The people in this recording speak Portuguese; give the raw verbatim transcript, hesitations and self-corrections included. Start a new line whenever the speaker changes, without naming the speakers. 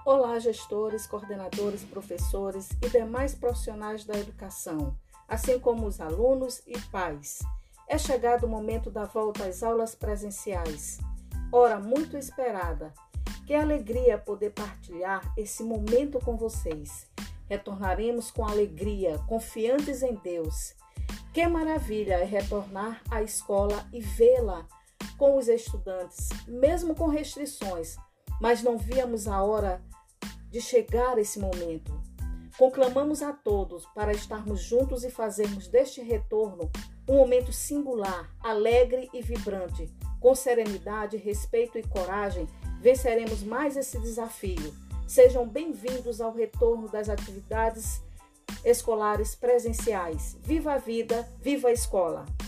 Olá, gestores, coordenadores, professores e demais profissionais da educação, assim como os alunos e pais. É chegado o momento da volta às aulas presenciais, hora muito esperada. Que alegria poder partilhar esse momento com vocês. Retornaremos com alegria, confiantes em Deus. Que maravilha é retornar à escola e vê-la com os estudantes, mesmo com restrições, mas não víamos a hora de chegar esse momento. Conclamamos a todos para estarmos juntos e fazermos deste retorno um momento singular, alegre e vibrante. Com serenidade, respeito e coragem, venceremos mais esse desafio. Sejam bem-vindos ao retorno das atividades escolares presenciais. Viva a vida, viva a escola!